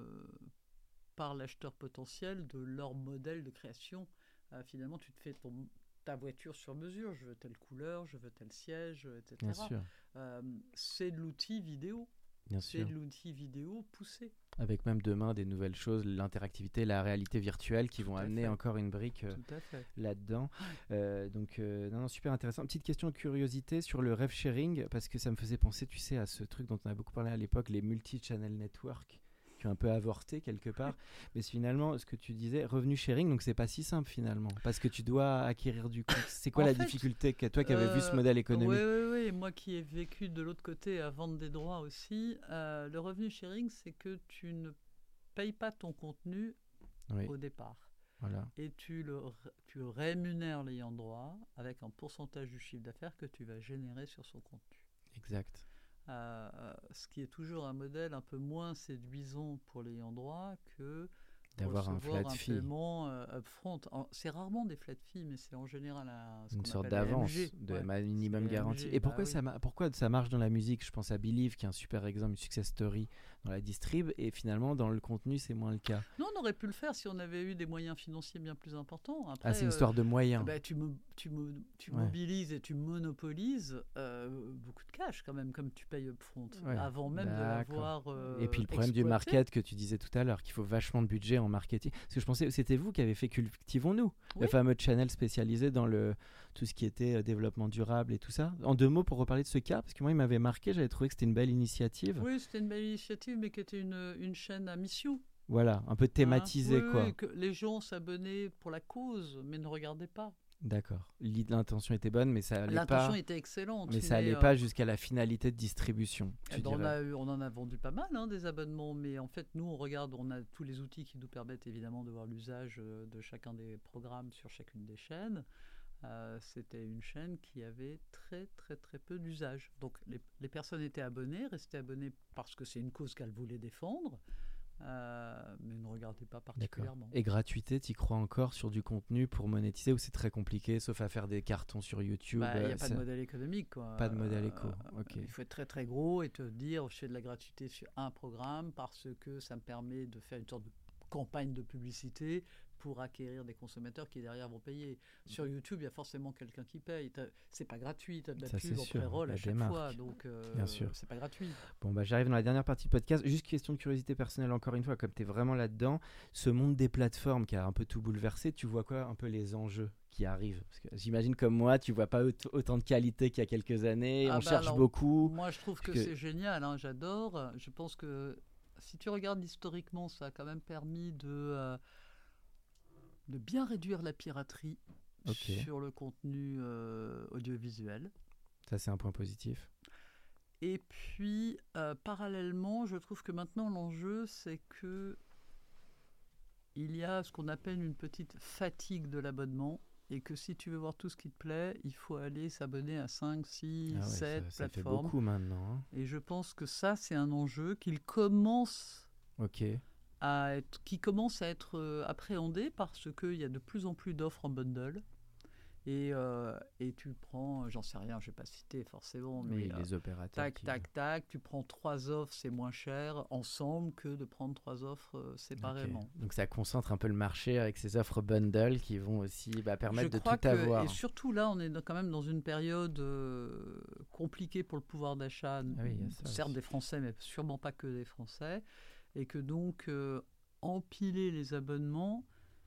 par l'acheteur potentiel de leur modèle de création. Euh, finalement, tu te fais ton, ta voiture sur mesure. Je veux telle couleur, je veux tel siège, et cetera. Bien sûr. Euh, c'est de l'outil vidéo. Bien c'est sûr. de l'outil vidéo poussé. Avec même demain des nouvelles choses, l'interactivité, la réalité virtuelle qui Tout vont amener fait. Encore une brique euh, là-dedans. Euh, donc, euh, non, non, super intéressant. Petite question de curiosité sur le rev sharing, parce que ça me faisait penser, tu sais, à ce truc dont on a beaucoup parlé à l'époque, les multi-channel networks, qui ont un peu avorté quelque part. Mais finalement, ce que tu disais, revenu sharing, donc c'est pas si simple finalement, parce que tu dois acquérir du coup. C'est quoi en la fait, difficulté que toi qui avais euh, vu ce modèle économique? Oui, oui, oui. Moi qui ai vécu de l'autre côté à vendre des droits aussi, euh, le revenu sharing, c'est que tu ne payes pas ton contenu oui. au départ. Voilà. Et tu, le, tu rémunères l'ayant droit avec un pourcentage du chiffre d'affaires que tu vas générer sur son contenu. Exact. Euh, ce qui est toujours un modèle un peu moins séduisant pour l'ayant droit que d'avoir un flat un fee. paiement euh, upfront. En, c'est rarement des flat fees, mais c'est en général un, ce une qu'on sorte appelle d'avance, de ouais, minimum garantie. Et pourquoi, bah, ça, oui. pourquoi ça marche dans la musique? Je pense à Believe, qui est un super exemple, une success story dans la distrib, et finalement dans le contenu c'est moins le cas. Non, on aurait pu le faire si on avait eu des moyens financiers bien plus importants. Après, ah, c'est une histoire euh, de moyens. Bah, tu mo- tu, mo- tu ouais. mobilises et tu monopolises euh, beaucoup de cash quand même, comme tu payes upfront, ouais. avant même D'accord. de l'avoir euh, Et puis le problème exploité. du market que tu disais tout à l'heure, qu'il faut vachement de budget en marketing. Parce que je pensais, c'était vous qui avez fait Cultivons-nous, oui. le fameux channel spécialisé dans le, tout ce qui était euh, développement durable et tout ça. En deux mots pour reparler de ce cas, parce que moi il m'avait marqué, j'avais trouvé que c'était une belle initiative. Oui, c'était une belle initiative, mais qui était une, une chaîne à mission. Voilà, un peu thématisée, hein oui, quoi. Oui, que les gens s'abonnaient pour la cause, mais ne regardaient pas. D'accord. L'intention était bonne, mais ça allait L'intention pas... était excellente. Mais, mais ça allait euh... pas jusqu'à la finalité de distribution. Tu on, a eu, on en a vendu pas mal, hein, des abonnements, mais en fait, nous, on regarde, on a tous les outils qui nous permettent évidemment de voir l'usage de chacun des programmes sur chacune des chaînes. euh, c'était une chaîne qui avait très très très peu d'usage. Donc les, les personnes étaient abonnées, restaient abonnées parce que c'est une cause qu'elles voulaient défendre, euh, mais ne regardaient pas particulièrement. D'accord. Et gratuité, tu y crois encore sur du contenu pour monétiser ou c'est très compliqué, sauf à faire des cartons sur YouTube? Il n'y euh, a pas ça... de modèle économique. Quoi. Pas de modèle éco, euh, ok. Il faut être très très gros et te dire je fais de la gratuité sur un programme parce que ça me permet de faire une sorte de campagne de publicité pour acquérir des consommateurs qui derrière vont payer. Sur YouTube, il y a forcément quelqu'un qui paye. T'as, c'est pas gratuit, tu as de la Ça, pub en sûr, pré-roll à chaque démarque. fois, donc euh, Bien sûr. c'est pas gratuit. Bon, bah, j'arrive dans la dernière partie du podcast. Juste question de curiosité personnelle, encore une fois, comme tu es vraiment là-dedans, ce monde des plateformes qui a un peu tout bouleversé, tu vois quoi un peu les enjeux qui arrivent? Parce que j'imagine comme moi, tu vois pas aut- autant de qualité qu'il y a quelques années, Ah on bah cherche alors, beaucoup. Moi, je trouve que, que- c'est génial, hein, j'adore. Je pense que si tu regardes historiquement, ça a quand même permis de, euh, de bien réduire la piraterie Ok. sur le contenu euh, audiovisuel. Ça, c'est un point positif. Et puis, euh, parallèlement, je trouve que maintenant, l'enjeu, c'est que il y a ce qu'on appelle une petite fatigue de l'abonnement et que si tu veux voir tout ce qui te plaît, il faut aller s'abonner à cinq, six, Ah ouais, sept ça, ça fait plateformes. beaucoup maintenant. hein. Et je pense que ça, c'est un enjeu qu'il commence Ok. à être, qui commence à être euh, appréhendé parce qu'il y a de plus en plus d'offres en bundle. Et, euh, et tu prends, j'en sais rien, je ne vais pas citer forcément, mais Oui, euh, les opérateurs. tac, qui- tac, tac, tu prends trois offres, c'est moins cher ensemble que de prendre trois offres euh, séparément. Ok. Donc ça concentre un peu le marché avec ces offres bundle qui vont aussi bah, permettre Je de crois tout que, avoir. et surtout là, on est dans- quand même dans une période euh, compliquée pour le pouvoir d'achat, Ah oui, il y a ça certes aussi. des Français, mais sûrement pas que des Français, et que donc euh, empiler les abonnements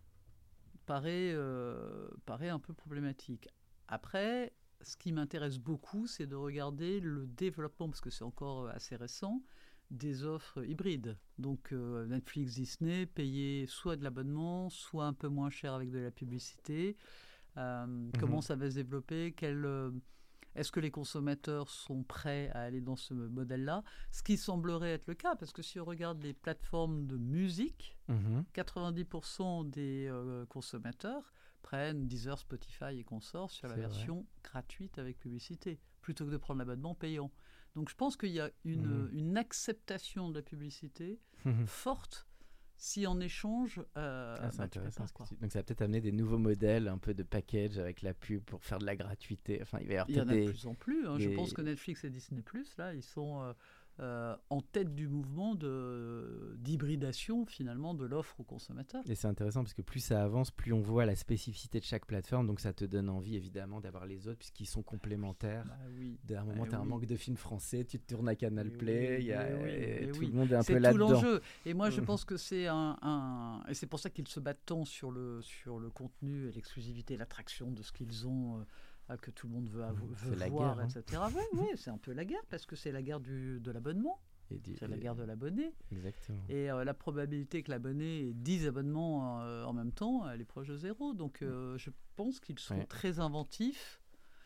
paraît, euh, paraît un peu problématique. Après, ce qui m'intéresse beaucoup, c'est de regarder le développement, parce que c'est encore assez récent, des offres hybrides. Donc euh, Netflix, Disney, payer soit de l'abonnement, soit un peu moins cher avec de la publicité. Euh, Mhm. Comment ça va se développer? Quel, euh, Est-ce que les consommateurs sont prêts à aller dans ce modèle-là? Ce qui semblerait être le cas, parce que si on regarde les plateformes de musique, Mhm. quatre-vingt-dix pour cent des euh, consommateurs prennent Deezer, Spotify et consorts sur la C'est vrai. version gratuite avec publicité, plutôt que de prendre l'abonnement payant. Donc je pense qu'il y a une, Mhm. une acceptation de la publicité Mhm. forte si en échange, euh, Ah, c'est bah, tu payes intéressant pas, ce que quoi. tu- Donc ça va peut-être amener des nouveaux modèles, un peu de package avec la pub pour faire de la gratuité. Enfin, il va y avoir Il y en peut-être a de des... plus en plus. hein. Je des- pense que Netflix et Disney+, là, ils sont euh, euh, en tête du mouvement de, d'hybridation, finalement, de l'offre aux consommateurs. Et c'est intéressant parce que plus ça avance, plus on voit la spécificité de chaque plateforme. Donc ça te donne envie évidemment d'avoir les autres puisqu'ils sont complémentaires. Bah oui. D'un moment, Bah tu as un oui. manque de films français, tu te tournes à Canal Mais Play, oui, il y a, mais oui, et mais tout oui. le monde est un C'est peu tout là-dedans. l'enjeu. Et moi, je Mhm. pense que c'est un, un- Et c'est pour ça qu'ils se battent tant sur le, sur le contenu et l'exclusivité, l'attraction de ce qu'ils ont, euh, que tout le monde veut, avo- C'est veut la voir, guerre, hein. et cetera. Oui, ouais, c'est un peu la guerre, parce que c'est la guerre du, de l'abonnement. Et du- C'est la et- guerre de l'abonné. Exactement. Et euh, la probabilité que l'abonné ait dix abonnements euh, en même temps, elle est proche de zéro. Donc euh, je pense qu'ils sont Ouais. très inventifs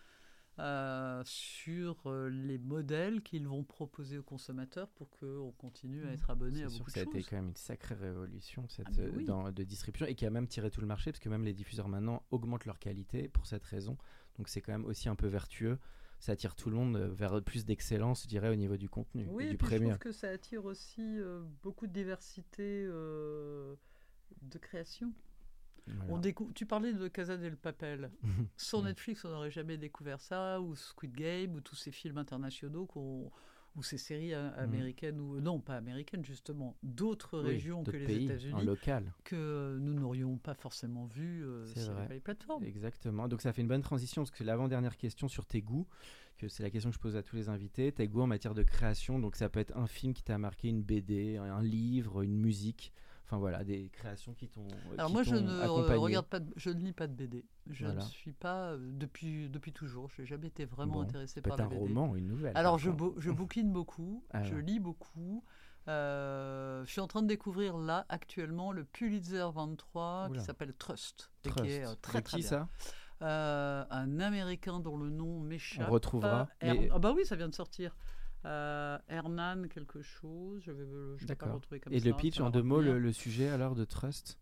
euh, sur euh, les modèles qu'ils vont proposer aux consommateurs pour qu'on continue à être abonné C'est à sûr beaucoup que ça de a été choses. quand même une sacrée révolution cette, Ah, mais euh, oui. dans, de distribution et qui a même tiré tout le marché parce que même les diffuseurs maintenant augmentent leur qualité pour cette raison. Donc c'est quand même aussi un peu vertueux. Ça attire tout le monde euh, vers plus d'excellence, je dirais, au niveau du contenu Oui, et et du puis je premium. trouve que ça attire aussi euh, beaucoup de diversité euh, de création. Voilà. On décou- tu parlais de Casa del Papel. Sans Mm. Netflix, on n'aurait jamais découvert ça, ou Squid Game, ou tous ces films internationaux, qu'on- ou ces séries euh, américaines, ou non, pas américaines, justement, d'autres Oui, régions que d'autres les pays, en États-Unis, local. que nous n'aurions pas forcément vues euh, C'est s'il n'y avait vrai. pas les plateformes. Exactement. Donc ça fait une bonne transition parce que c'est l'avant-dernière question sur tes goûts, que c'est la question que je pose à tous les invités. Tes goûts en matière de création, donc ça peut être un film qui t'a marqué, une B D, un livre, une musique. Enfin voilà, des créations qui t'ont Alors qui moi, je t'ont ne accompagné. regarde pas, de- je ne lis pas de B D. Je Voilà. ne suis pas, euh, depuis, depuis toujours, je n'ai jamais été vraiment Bon, intéressé ça peut par être la un B D. roman ou une nouvelle. Alors, par je, contre. bo- je bouquine beaucoup, Ah je ouais. lis beaucoup. Euh, je suis en train de découvrir là, actuellement, le Pulitzer vingt-trois Oula. qui s'appelle Trust. et Trust. Qui est euh, très, De très qui bien. ça Euh, un Américain dont le nom m'échappe. On retrouvera, Her- mais- Ah bah oui, ça vient de sortir. Euh, Hernan quelque chose, je vais, je vais pas D'accord. le retrouver comme Et ça. le pitch, ça va en deux mots, revenir. le, le sujet alors de Trust.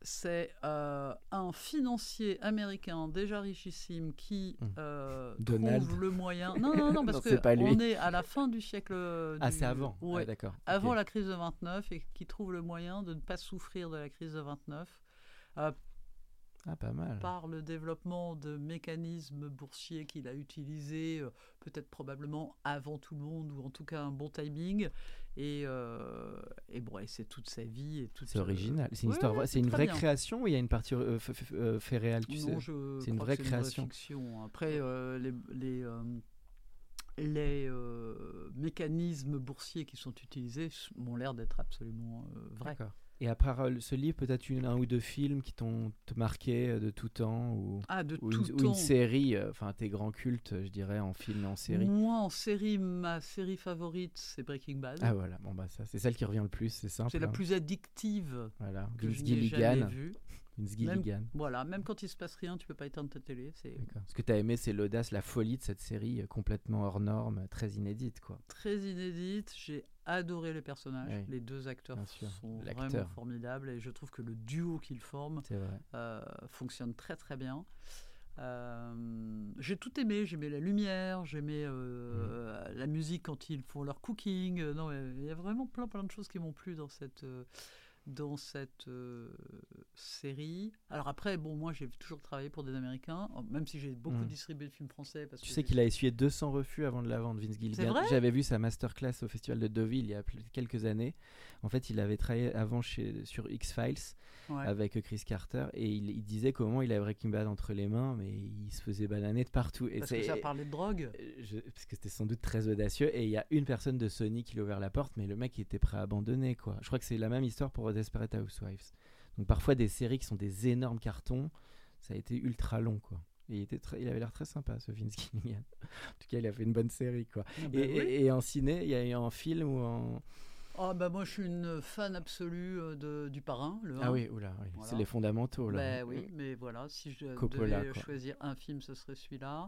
c'est euh, un financier américain déjà richissime qui euh, trouve le moyen. Non, non, non, parce non, qu'on est à la fin du siècle. Du... Ah, c'est avant. Ouais, ah, d'accord. Avant okay. la crise de vingt-neuf et qui trouve le moyen de ne pas souffrir de la crise de vingt-neuf. Euh, Ah, pas mal. Par le développement de mécanismes boursiers qu'il a utilisés, euh, peut-être probablement avant tout le monde, ou en tout cas un bon timing. Et, euh, et bon, et c'est toute sa vie. Et toute, c'est original. C'est une, ouais, histoire, ouais, c'est une vraie bien. création ou il y a une partie euh, f- f- euh, fait réel, tu non, sais je C'est une vraie c'est création. Une vraie fiction. Après, euh, les, les, euh, les euh, mécanismes boursiers qui sont utilisés m'ont l'air d'être absolument euh, vrais. D'accord. Et à part euh, ce livre, peut-être une, un ou deux films qui t'ont te marqué euh, de tout temps ou, ah, de ou, tout une, temps. ou une série, enfin euh, tes grands cultes, je dirais, en film et en série. Moi, en série, ma série favorite, c'est Breaking Bad. Ah voilà, bon bah ça, c'est celle qui revient le plus, c'est simple. C'est la hein. plus addictive voilà. que Vince je n'ai Gilligan. jamais vue. Vince Gilligan. Même, voilà, même quand il se passe rien, tu peux pas éteindre ta télé. C'est D'accord. Ce que tu as aimé, c'est l'audace, la folie de cette série euh, complètement hors norme, très inédite, quoi. Très inédite. J'ai adoré les personnages. Oui, les deux acteurs sont L'acteur. vraiment formidables et je trouve que le duo qu'ils forment euh, fonctionne très très bien. Euh, j'ai tout aimé, j'aimais la lumière, j'aimais euh, mmh. la musique quand ils font leur cooking. Non, il y a vraiment plein plein de choses qui m'ont plu dans cette euh, dans cette euh, série. Alors après, bon, moi j'ai toujours travaillé pour des Américains, même si j'ai beaucoup mmh. distribué de films français. Parce tu que sais qu'il a essuyé deux cents refus avant de la vendre, Vince Gilligan. C'est vrai ? J'avais vu sa masterclass au Festival de Deauville il y a quelques années. En fait, il avait travaillé avant chez, sur X-Files ouais. avec Chris Carter et il, il disait comment il avait Breaking Bad entre les mains, mais il se faisait bananer de partout. Et parce que ça parlait de drogue je, Parce que c'était sans doute très audacieux. Et il y a une personne de Sony qui lui a ouvert la porte, mais le mec il était prêt à abandonner, quoi. Je crois que c'est la même histoire pour Desperate Housewives. Donc parfois des séries qui sont des énormes cartons, ça a été ultra long, quoi. Et il, était très, il avait l'air très sympa, ce Vince Gilligan. En tout cas, il a fait une bonne série, quoi. Ah bah et, oui. et, et en ciné, il y a eu un film ou en... Oh bah moi je suis une fan absolue de, du Parrain, le Ah oui, oula, oui. Voilà. C'est les fondamentaux là. Bah oui, mais voilà, si je Coppola, devais quoi. choisir un film, ce serait celui-là.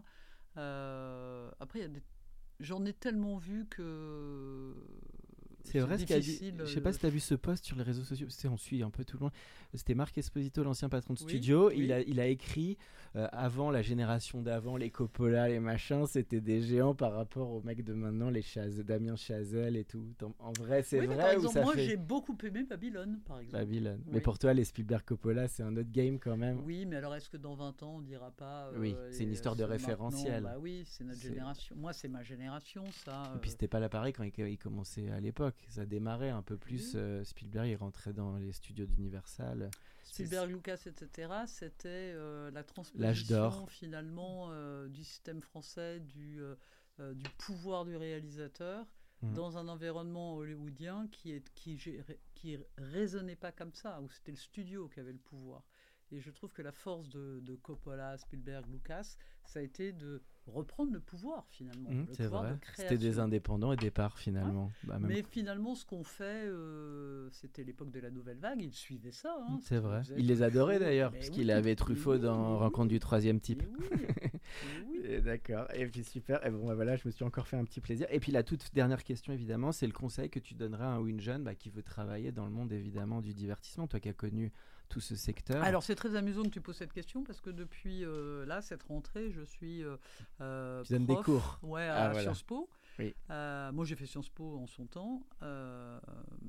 Euh, après, il y a des... j'en ai tellement vu que... C'est vrai ce qu'il a dit. Je sais pas si tu as vu ce post sur les réseaux sociaux. C'est on suit un peu tout le monde. C'était Marc Esposito, l'ancien patron de studio. Oui, oui. Il a il a écrit euh, avant la génération d'avant, les Coppola, les machins, c'était des géants par rapport aux mecs de maintenant, les Chaz- Damien Chazelle et tout. En vrai, c'est oui, vrai par exemple, ou ça moi fait... j'ai beaucoup aimé Babylone, par exemple. Babylone. Oui. Mais pour toi, les Spielberg Coppola, c'est un autre game quand même. Oui, mais alors est-ce que dans vingt ans on dira pas euh, Oui, c'est une histoire de référentiel. Bah oui, c'est notre c'est... génération. Moi, c'est ma génération, ça. Et puis c'était pas là pareil quand il, il commençait à l'époque. Ça démarrait un peu plus. Oui. Euh, Spielberg, il rentrait dans les studios d'Universal. Spielberg, Lucas, et cetera. C'était euh, la transposition finalement euh, du système français, du, euh, du pouvoir du réalisateur mmh. dans un environnement hollywoodien qui est qui qui raisonnait pas comme ça, où c'était le studio qui avait le pouvoir. Et je trouve que la force de, de Coppola, Spielberg, Lucas, ça a été de reprendre le pouvoir finalement. Mmh, le c'est pouvoir vrai. de création. C'était des indépendants au départ finalement. Hein bah, même... Mais finalement, ce qu'on fait, euh, c'était l'époque de la Nouvelle Vague. Ils suivaient ça. Hein, c'est vrai. Il les adorait d'ailleurs, mais parce oui, qu'il avait Truffaut oui, dans oui, Rencontre du troisième type. Oui, oui. Et d'accord. Et puis super. Et bon, bah, voilà, je me suis encore fait un petit plaisir. Et puis la toute dernière question, évidemment, c'est le conseil que tu donnerais à un ou une jeune bah, qui veut travailler dans le monde évidemment du divertissement. Toi qui as connu tout ce secteur. Alors c'est très amusant que tu poses cette question parce que depuis euh, là cette rentrée je suis euh, euh, tu donnes des cours ouais, à ah, voilà. Sciences Po. Oui. Euh, moi j'ai fait Sciences Po en son temps euh,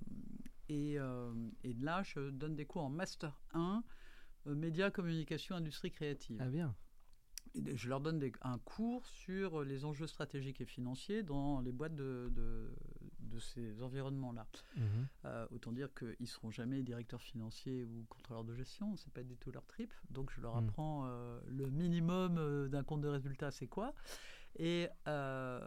et, euh, et là je donne des cours en master un euh, médias, communication, industrie créative. Ah bien. Et je leur donne des, un cours sur les enjeux stratégiques et financiers dans les boîtes de, de, de ces environnements-là. Mmh. Euh, autant dire qu'ils ne seront jamais directeurs financiers ou contrôleurs de gestion, ce n'est pas du tout leur trip. Donc je leur apprends mmh. euh, le minimum euh, d'un compte de résultat, c'est quoi. Et euh,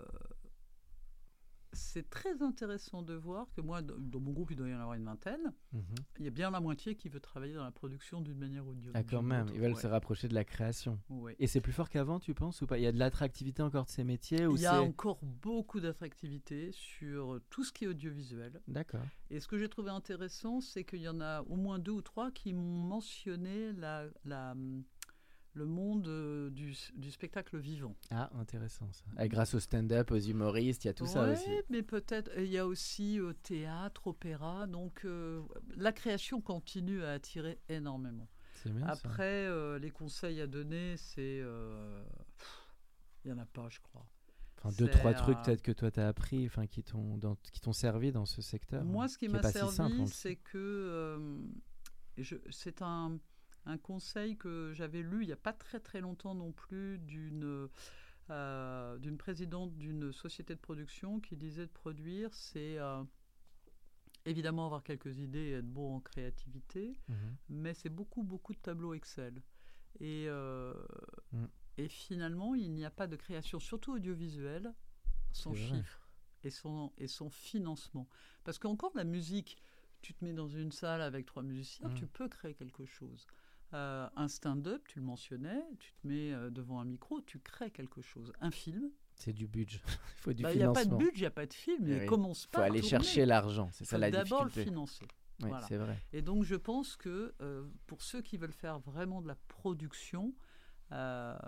c'est très intéressant de voir que moi, dans mon groupe, il doit y en avoir une vingtaine. Mmh. Il y a bien la moitié qui veut travailler dans la production d'une manière ou d'une autre. Ah, quand même, ils veulent ouais. se rapprocher de la création. Ouais. Et c'est plus fort qu'avant, tu penses, ou pas ? Il y a de l'attractivité encore de ces métiers ou Il y a c'est... encore beaucoup d'attractivité sur tout ce qui est audiovisuel. D'accord. Et ce que j'ai trouvé intéressant, c'est qu'il y en a au moins deux ou trois qui m'ont mentionné la... la le monde euh, du, du spectacle vivant. Ah, intéressant ça. Et grâce au stand-up, aux humoristes, il y a tout ouais, ça aussi. Mais peut-être, il y a aussi euh, théâtre, opéra, donc euh, la création continue à attirer énormément. C'est bien, Après, euh, les conseils à donner, c'est... Euh, il n'y en a pas, je crois. Enfin, deux, c'est, trois euh, trucs peut-être que toi t'as appris, enfin, qui, t'ont, dans, qui t'ont servi dans ce secteur. Moi, ce qui, qui m'a est pas si servi, simple, c'est que... Euh, je, c'est un... Un conseil que j'avais lu il n'y a pas très très longtemps non plus d'une, euh, d'une présidente d'une société de production qui disait de produire, c'est euh, évidemment avoir quelques idées et être bon en créativité, mmh. mais c'est beaucoup beaucoup de tableaux Excel. Et, euh, mmh. et finalement, il n'y a pas de création, surtout audiovisuelle, sans chiffres et son, et son financement. Parce qu'encore de la musique, tu te mets dans une salle avec trois musiciens, mmh. tu peux créer quelque chose. Euh, un stand-up, tu le mentionnais, tu te mets euh, devant un micro, tu crées quelque chose. Un film, c'est du budget. Il faut du bah, financement. Il n'y a pas de budget, il n'y a pas de film. Il oui. commence pas. Il faut aller chercher l'argent, c'est ça la difficulté. Il faut d'abord le financer. Oui, voilà. c'est vrai. Et donc je pense que euh, pour ceux qui veulent faire vraiment de la production, euh,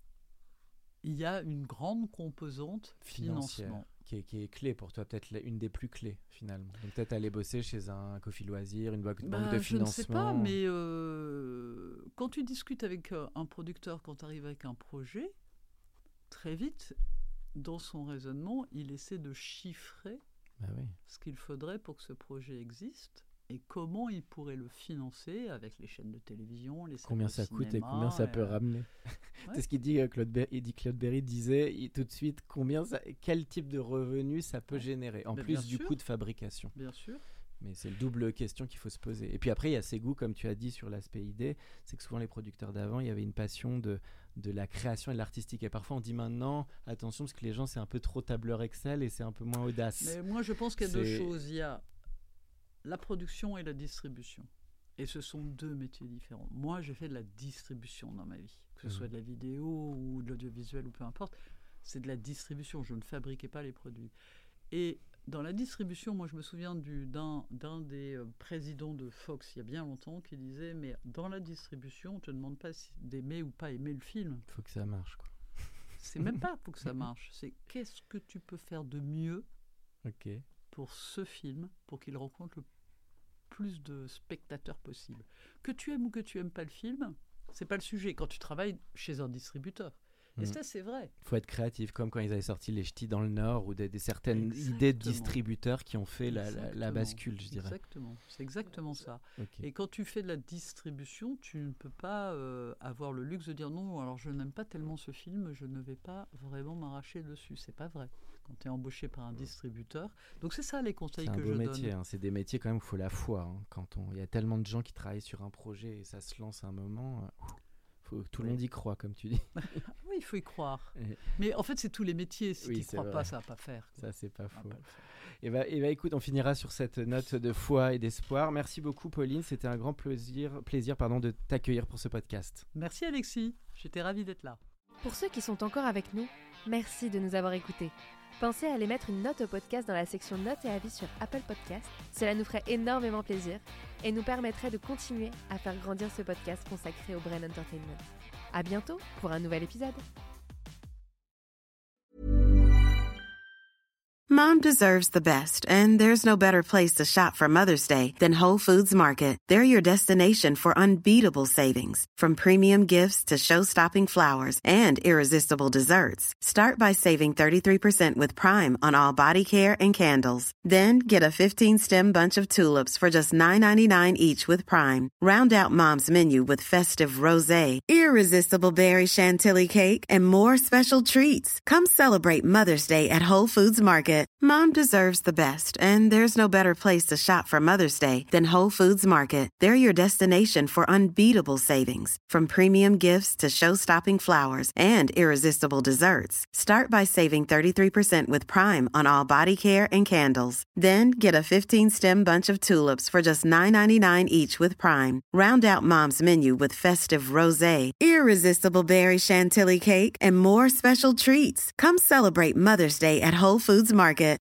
il y a une grande composante financement. Qui est, qui est clé pour toi, peut-être une des plus clés finalement. Donc peut-être aller bosser chez un Coffee Loisir, une banque, bah, banque de financement. Je ne sais pas, mais euh, quand tu discutes avec euh, un producteur, quand tu arrives avec un projet, très vite, dans son raisonnement, il essaie de chiffrer bah oui. ce qu'il faudrait pour que ce projet existe et comment il pourrait le financer avec les chaînes de télévision, les salles combien de ça cinéma, coûte et combien ça peut euh... ramener. Ouais. C'est ce qu'il dit, Claude Berry, il dit Claude Berry disait il, tout de suite combien ça, quel type de revenus ça peut ouais. générer en Mais plus du sûr. coût de fabrication. Bien sûr. Mais c'est le double question qu'il faut se poser. Et puis après il y a ces goûts comme tu as dit sur l'aspect idée, c'est que souvent les producteurs d'avant il y avait une passion de de la création et de l'artistique. Et parfois on dit maintenant attention parce que les gens c'est un peu trop tableur Excel et c'est un peu moins audace. Mais moi je pense qu'il y a c'est... deux choses. Il y a la production et la distribution. Et ce sont deux métiers différents. Moi, j'ai fait de la distribution dans ma vie, que ce mmh. soit de la vidéo ou de l'audiovisuel ou peu importe. C'est de la distribution. Je ne fabriquais pas les produits. Et dans la distribution, moi, je me souviens du, d'un, d'un des euh, présidents de Fox il y a bien longtemps qui disait « Mais dans la distribution, on ne te demande pas si, d'aimer ou pas aimer le film. » Il faut que ça marche, quoi. C'est même pas « faut que ça marche ». C'est « qu'est-ce que tu peux faire de mieux okay. pour ce film, pour qu'il rencontre le plus de spectateurs possible. Que tu aimes ou que tu n'aimes pas le film, c'est pas le sujet quand tu travailles chez un distributeur. Et mmh. ça, c'est vrai. Il faut être créatif, comme quand ils avaient sorti Les Ch'tis dans le Nord ou des, des certaines exactement. idées de distributeurs qui ont fait la, la, la bascule, je dirais. Exactement, c'est exactement ça. Okay. Et quand tu fais de la distribution, tu ne peux pas euh, avoir le luxe de dire non, alors je n'aime pas tellement ce film, je ne vais pas vraiment m'arracher dessus. C'est pas vrai. Quand tu es embauché par un distributeur. Donc c'est ça les conseils c'est que je métier, donne. C'est hein. C'est des métiers quand même où il faut la foi. Hein. Quand on, il y a tellement de gens qui travaillent sur un projet et ça se lance à un moment, euh, faut que tout oui. le monde y croit, comme tu dis. Oui, il faut y croire. Et... Mais en fait, c'est tous les métiers. Si oui, tu n'y crois vrai. pas, ça ne va pas faire. Quoi. Ça, c'est pas faux. Et bah, et bah, écoute, on finira sur cette note de foi et d'espoir. Merci beaucoup, Pauline. C'était un grand plaisir, plaisir pardon, de t'accueillir pour ce podcast. Merci, Alexis. J'étais ravie d'être là. Pour ceux qui sont encore avec nous, merci de nous avoir écoutés. Pensez à aller mettre une note au podcast dans la section notes et avis sur Apple Podcasts. Cela nous ferait énormément plaisir et nous permettrait de continuer à faire grandir ce podcast consacré au Brain Entertainment. À bientôt pour un nouvel épisode. Mom deserves the best, and there's no better place to shop for Mother's Day than Whole Foods Market. They're your destination for unbeatable savings, from premium gifts to show-stopping flowers and irresistible desserts. Start by saving thirty-three percent with Prime on all body care and candles. Then get a fifteen-stem bunch of tulips for just nine ninety-nine each with Prime. Round out Mom's menu with festive rosé, irresistible berry chantilly cake, and more special treats. Come celebrate Mother's Day at Whole Foods Market. Mom deserves the best, and there's no better place to shop for Mother's Day than Whole Foods Market. They're your destination for unbeatable savings, from premium gifts to show-stopping flowers and irresistible desserts. Start by saving thirty-three percent with Prime on all body care and candles. Then get a fifteen-stem bunch of tulips for just nine ninety-nine each with Prime. Round out Mom's menu with festive rosé, irresistible berry chantilly cake, and more special treats. Come celebrate Mother's Day at Whole Foods Market.